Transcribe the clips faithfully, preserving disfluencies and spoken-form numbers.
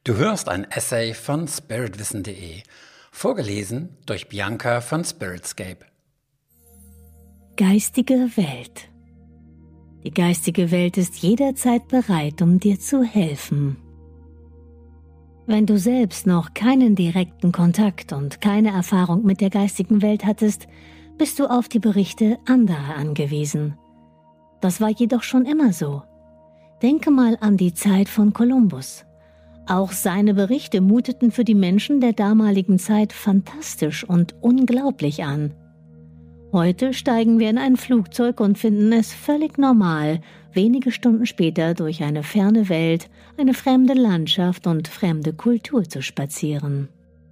Du hörst ein Essay von spiritwissen punkt de, vorgelesen durch Bianca von Spiritscape. Geistige Welt. Die geistige Welt ist jederzeit bereit, um dir zu helfen. Wenn du selbst noch keinen direkten Kontakt und keine Erfahrung mit der geistigen Welt hattest, bist du auf die Berichte anderer angewiesen. Das war jedoch schon immer so. Denke mal an die Zeit von Kolumbus. Auch seine Berichte muteten für die Menschen der damaligen Zeit fantastisch und unglaublich an. Heute steigen wir in ein Flugzeug und finden es völlig normal, wenige Stunden später durch eine ferne Welt, eine fremde Landschaft und fremde Kultur zu spazieren.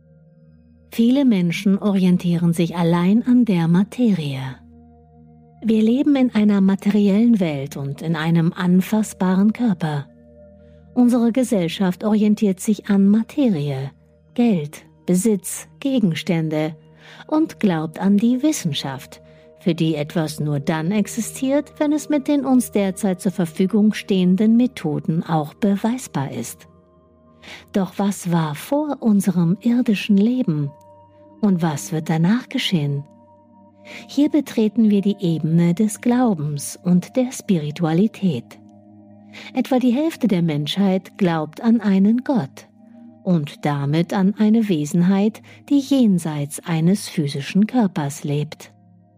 Viele Menschen orientieren sich allein an der Materie. Wir leben in einer materiellen Welt und in einem anfassbaren Körper. Unsere Gesellschaft orientiert sich an Materie, Geld, Besitz, Gegenstände und glaubt an die Wissenschaft, für die etwas nur dann existiert, wenn es mit den uns derzeit zur Verfügung stehenden Methoden auch beweisbar ist. Doch was war vor unserem irdischen Leben? Und was wird danach geschehen? Hier betreten wir die Ebene des Glaubens und der Spiritualität. Etwa die Hälfte der Menschheit glaubt an einen Gott und damit an eine Wesenheit, die jenseits eines physischen Körpers lebt.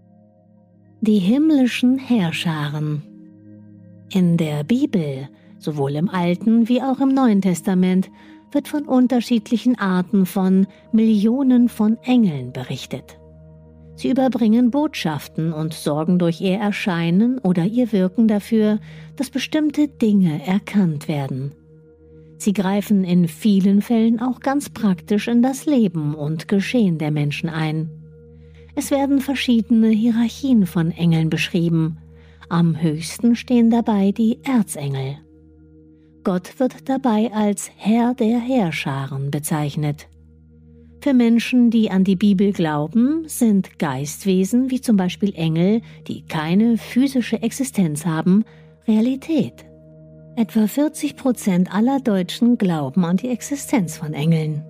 Die himmlischen Heerscharen. In der Bibel, sowohl im Alten wie auch im Neuen Testament, wird von unterschiedlichen Arten von Millionen von Engeln berichtet. Sie überbringen Botschaften und sorgen durch ihr Erscheinen oder ihr Wirken dafür, dass bestimmte Dinge erkannt werden. Sie greifen in vielen Fällen auch ganz praktisch in das Leben und Geschehen der Menschen ein. Es werden verschiedene Hierarchien von Engeln beschrieben. Am höchsten stehen dabei die Erzengel. Gott wird dabei als Herr der Heerscharen bezeichnet. Für Menschen, die an die Bibel glauben, sind Geistwesen wie zum Beispiel Engel, die keine physische Existenz haben, Realität. Etwa vierzig Prozent aller Deutschen glauben an die Existenz von Engeln.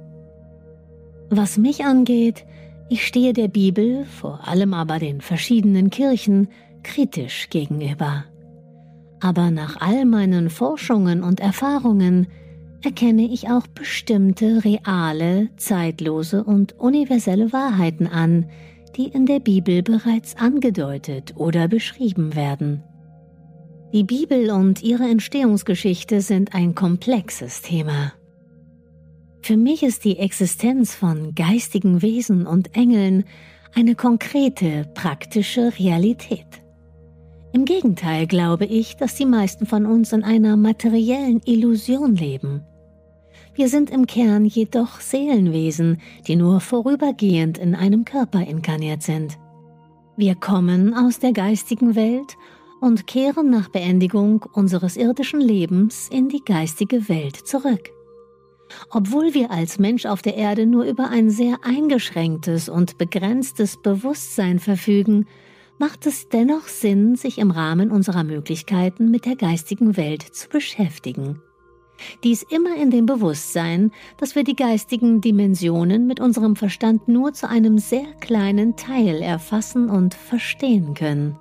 Was mich angeht, ich stehe der Bibel, vor allem aber den verschiedenen Kirchen, kritisch gegenüber. Aber nach all meinen Forschungen und Erfahrungen erkenne ich auch bestimmte reale, zeitlose und universelle Wahrheiten an, die in der Bibel bereits angedeutet oder beschrieben werden. Die Bibel und ihre Entstehungsgeschichte sind ein komplexes Thema. Für mich ist die Existenz von geistigen Wesen und Engeln eine konkrete, praktische Realität. Im Gegenteil glaube ich, dass die meisten von uns in einer materiellen Illusion leben. Wir sind im Kern jedoch Seelenwesen, die nur vorübergehend in einem Körper inkarniert sind. Wir kommen aus der geistigen Welt und kehren nach Beendigung unseres irdischen Lebens in die geistige Welt zurück. Obwohl wir als Mensch auf der Erde nur über ein sehr eingeschränktes und begrenztes Bewusstsein verfügen, macht es dennoch Sinn, sich im Rahmen unserer Möglichkeiten mit der geistigen Welt zu beschäftigen. Dies immer in dem Bewusstsein, dass wir die geistigen Dimensionen mit unserem Verstand nur zu einem sehr kleinen Teil erfassen und verstehen können.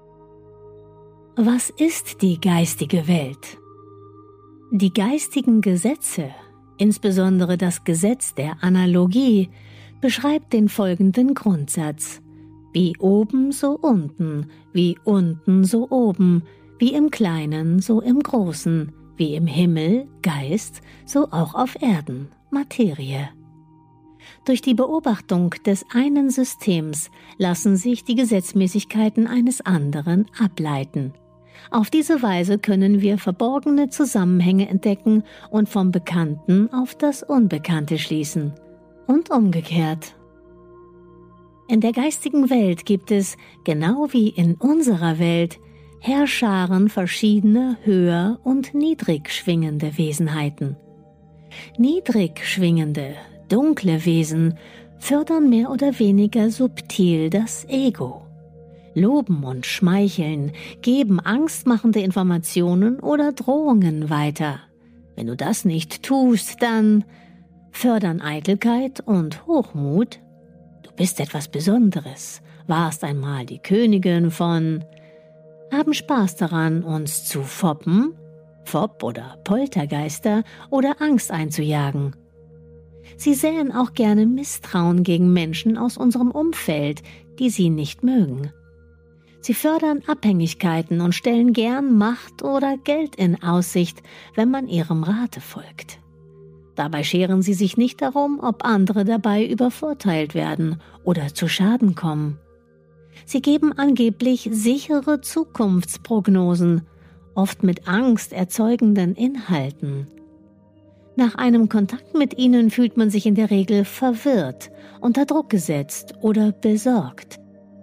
Was ist die geistige Welt? Die geistigen Gesetze, insbesondere das Gesetz der Analogie, beschreibt den folgenden Grundsatz: Wie oben, so unten, wie unten, so oben, wie im Kleinen, so im Großen, wie im Himmel, Geist, so auch auf Erden, Materie. Durch die Beobachtung des einen Systems lassen sich die Gesetzmäßigkeiten eines anderen ableiten. Auf diese Weise können wir verborgene Zusammenhänge entdecken und vom Bekannten auf das Unbekannte schließen. Und umgekehrt. In der geistigen Welt gibt es, genau wie in unserer Welt, Heerscharen verschiedener höher und niedrig schwingende Wesenheiten. Niedrig schwingende, dunkle Wesen fördern mehr oder weniger subtil das Ego. Loben und schmeicheln, geben angstmachende Informationen oder Drohungen weiter. Wenn du das nicht tust, dann fördern Eitelkeit und Hochmut. Du bist etwas Besonderes, warst einmal die Königin von, haben Spaß daran, uns zu foppen, Fopp oder Poltergeister oder Angst einzujagen. Sie säen auch gerne Misstrauen gegen Menschen aus unserem Umfeld, die sie nicht mögen. Sie fördern Abhängigkeiten und stellen gern Macht oder Geld in Aussicht, wenn man ihrem Rate folgt. Dabei scheren sie sich nicht darum, ob andere dabei übervorteilt werden oder zu Schaden kommen. Sie geben angeblich sichere Zukunftsprognosen, oft mit Angst erzeugenden Inhalten. Nach einem Kontakt mit ihnen fühlt man sich in der Regel verwirrt, unter Druck gesetzt oder besorgt.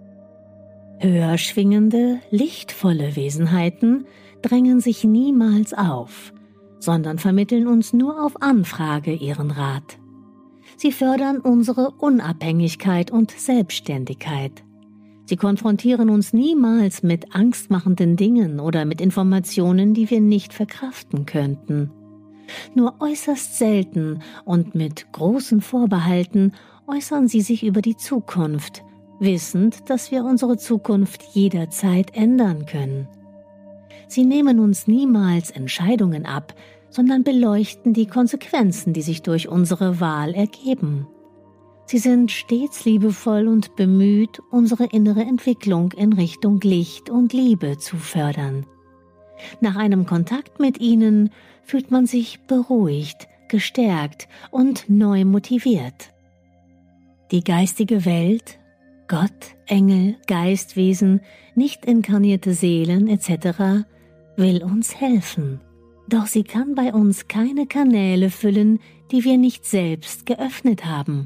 Höher schwingende, lichtvolle Wesenheiten drängen sich niemals auf, sondern vermitteln uns nur auf Anfrage ihren Rat. Sie fördern unsere Unabhängigkeit und Selbstständigkeit. Sie konfrontieren uns niemals mit angstmachenden Dingen oder mit Informationen, die wir nicht verkraften könnten. Nur äußerst selten und mit großen Vorbehalten äußern sie sich über die Zukunft, wissend, dass wir unsere Zukunft jederzeit ändern können. Sie nehmen uns niemals Entscheidungen ab, sondern beleuchten die Konsequenzen, die sich durch unsere Wahl ergeben. Sie sind stets liebevoll und bemüht, unsere innere Entwicklung in Richtung Licht und Liebe zu fördern. Nach einem Kontakt mit ihnen fühlt man sich beruhigt, gestärkt und neu motiviert. Die geistige Welt, Gott, Engel, Geistwesen, nicht inkarnierte Seelen et cetera will uns helfen. Doch sie kann bei uns keine Kanäle füllen, die wir nicht selbst geöffnet haben.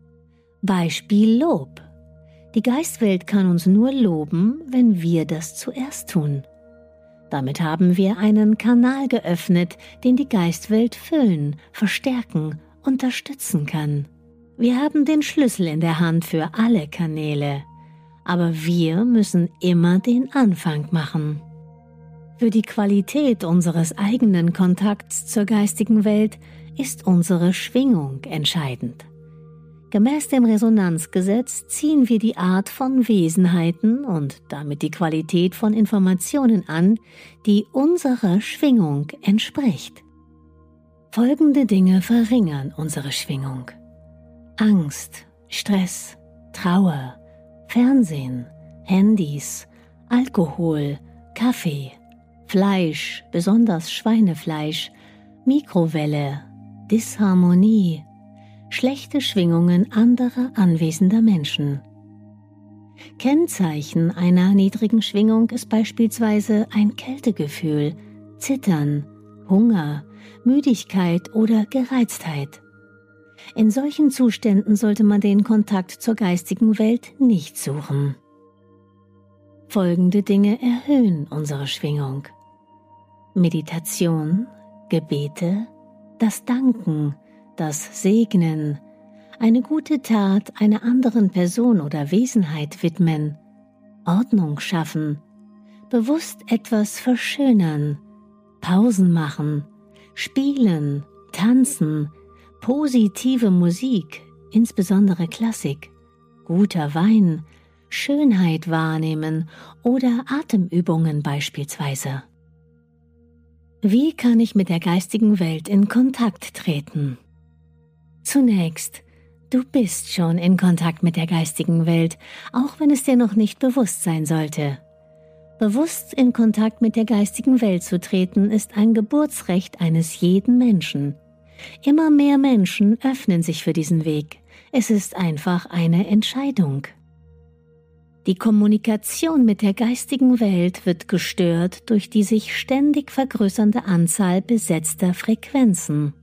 Beispiel Lob. Die Geistwelt kann uns nur loben, wenn wir das zuerst tun. Damit haben wir einen Kanal geöffnet, den die Geistwelt füllen, verstärken, unterstützen kann. Wir haben den Schlüssel in der Hand für alle Kanäle, aber wir müssen immer den Anfang machen. Für die Qualität unseres eigenen Kontakts zur geistigen Welt ist unsere Schwingung entscheidend. Gemäß dem Resonanzgesetz ziehen wir die Art von Wesenheiten und damit die Qualität von Informationen an, die unserer Schwingung entspricht. Folgende Dinge verringern unsere Schwingung: Angst, Stress, Trauer, Fernsehen, Handys, Alkohol, Kaffee, Fleisch, besonders Schweinefleisch, Mikrowelle, Disharmonie, schlechte Schwingungen anderer anwesender Menschen. Kennzeichen einer niedrigen Schwingung ist beispielsweise ein Kältegefühl, Zittern, Hunger, Müdigkeit oder Gereiztheit. In solchen Zuständen sollte man den Kontakt zur geistigen Welt nicht suchen. Folgende Dinge erhöhen unsere Schwingung: Meditation, Gebete, das Danken, das Segnen, eine gute Tat einer anderen Person oder Wesenheit widmen, Ordnung schaffen, bewusst etwas verschönern, Pausen machen, spielen, tanzen, positive Musik, insbesondere Klassik, guter Wein, Schönheit wahrnehmen oder Atemübungen beispielsweise. Wie kann ich mit der geistigen Welt in Kontakt treten? Zunächst, du bist schon in Kontakt mit der geistigen Welt, auch wenn es dir noch nicht bewusst sein sollte. Bewusst in Kontakt mit der geistigen Welt zu treten, ist ein Geburtsrecht eines jeden Menschen. Immer mehr Menschen öffnen sich für diesen Weg. Es ist einfach eine Entscheidung. Die Kommunikation mit der geistigen Welt wird gestört durch die sich ständig vergrößernde Anzahl besetzter Frequenzen.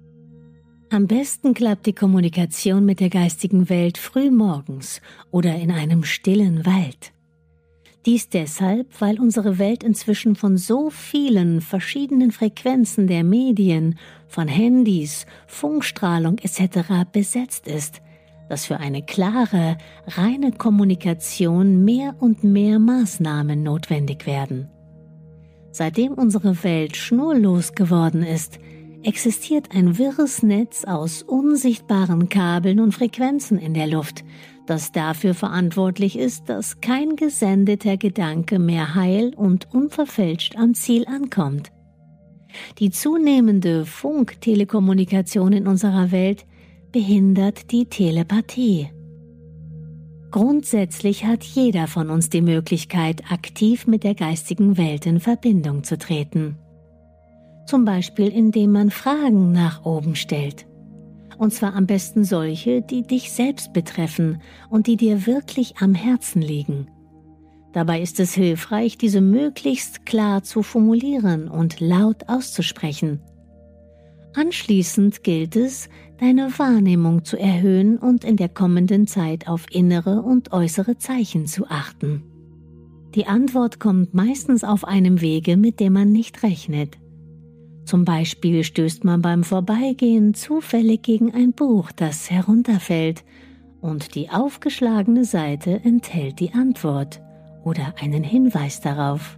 Am besten klappt die Kommunikation mit der geistigen Welt frühmorgens oder in einem stillen Wald. Dies deshalb, weil unsere Welt inzwischen von so vielen verschiedenen Frequenzen der Medien, von Handys, Funkstrahlung et cetera besetzt ist, dass für eine klare, reine Kommunikation mehr und mehr Maßnahmen notwendig werden. Seitdem unsere Welt schnurlos geworden ist, existiert ein wirres Netz aus unsichtbaren Kabeln und Frequenzen in der Luft, das dafür verantwortlich ist, dass kein gesendeter Gedanke mehr heil und unverfälscht am Ziel ankommt. Die zunehmende Funk-Telekommunikation in unserer Welt behindert die Telepathie. Grundsätzlich hat jeder von uns die Möglichkeit, aktiv mit der geistigen Welt in Verbindung zu treten. Zum Beispiel, indem man Fragen nach oben stellt. Und zwar am besten solche, die dich selbst betreffen und die dir wirklich am Herzen liegen. Dabei ist es hilfreich, diese möglichst klar zu formulieren und laut auszusprechen. Anschließend gilt es, deine Wahrnehmung zu erhöhen und in der kommenden Zeit auf innere und äußere Zeichen zu achten. Die Antwort kommt meistens auf einem Wege, mit dem man nicht rechnet. Zum Beispiel stößt man beim Vorbeigehen zufällig gegen ein Buch, das herunterfällt, und die aufgeschlagene Seite enthält die Antwort oder einen Hinweis darauf.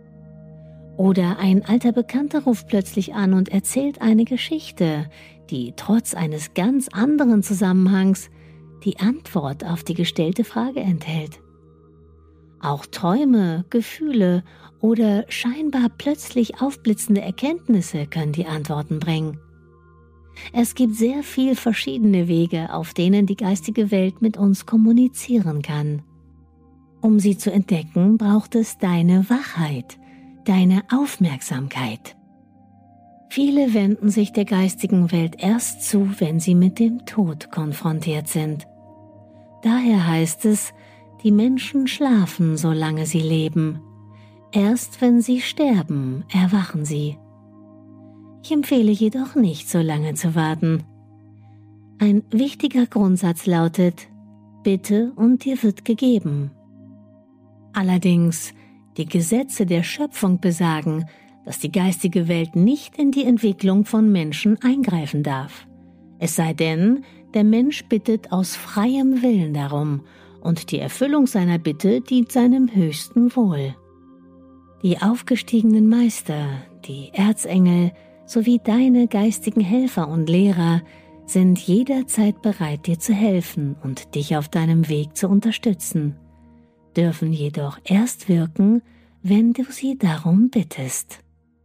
Oder ein alter Bekannter ruft plötzlich an und erzählt eine Geschichte, die trotz eines ganz anderen Zusammenhangs die Antwort auf die gestellte Frage enthält. Auch Träume, Gefühle oder scheinbar plötzlich aufblitzende Erkenntnisse können die Antworten bringen. Es gibt sehr viel verschiedene Wege, auf denen die geistige Welt mit uns kommunizieren kann. Um sie zu entdecken, braucht es deine Wachheit, deine Aufmerksamkeit. Viele wenden sich der geistigen Welt erst zu, wenn sie mit dem Tod konfrontiert sind. Daher heißt es, die Menschen schlafen, solange sie leben. Erst wenn sie sterben, erwachen sie. Ich empfehle jedoch nicht, so lange zu warten. Ein wichtiger Grundsatz lautet: Bitte und dir wird gegeben. Allerdings, die Gesetze der Schöpfung besagen, dass die geistige Welt nicht in die Entwicklung von Menschen eingreifen darf. Es sei denn, der Mensch bittet aus freiem Willen darum, und die Erfüllung seiner Bitte dient seinem höchsten Wohl. Die aufgestiegenen Meister, die Erzengel sowie deine geistigen Helfer und Lehrer sind jederzeit bereit, dir zu helfen und dich auf deinem Weg zu unterstützen, dürfen jedoch erst wirken, wenn du sie darum bittest.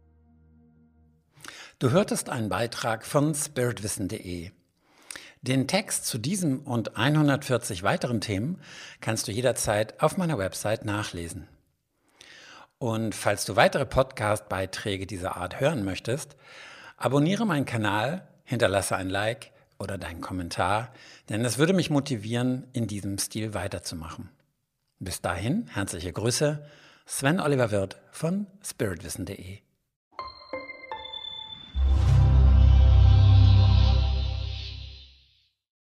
Du hörtest einen Beitrag von spiritwissen punkt de. Den Text zu diesem und hundertvierzig weiteren Themen kannst du jederzeit auf meiner Website nachlesen. Und falls du weitere Podcast-Beiträge dieser Art hören möchtest, abonniere meinen Kanal, hinterlasse ein Like oder deinen Kommentar, denn es würde mich motivieren, in diesem Stil weiterzumachen. Bis dahin, herzliche Grüße, Sven Oliver Wirth von spiritwissen punkt de.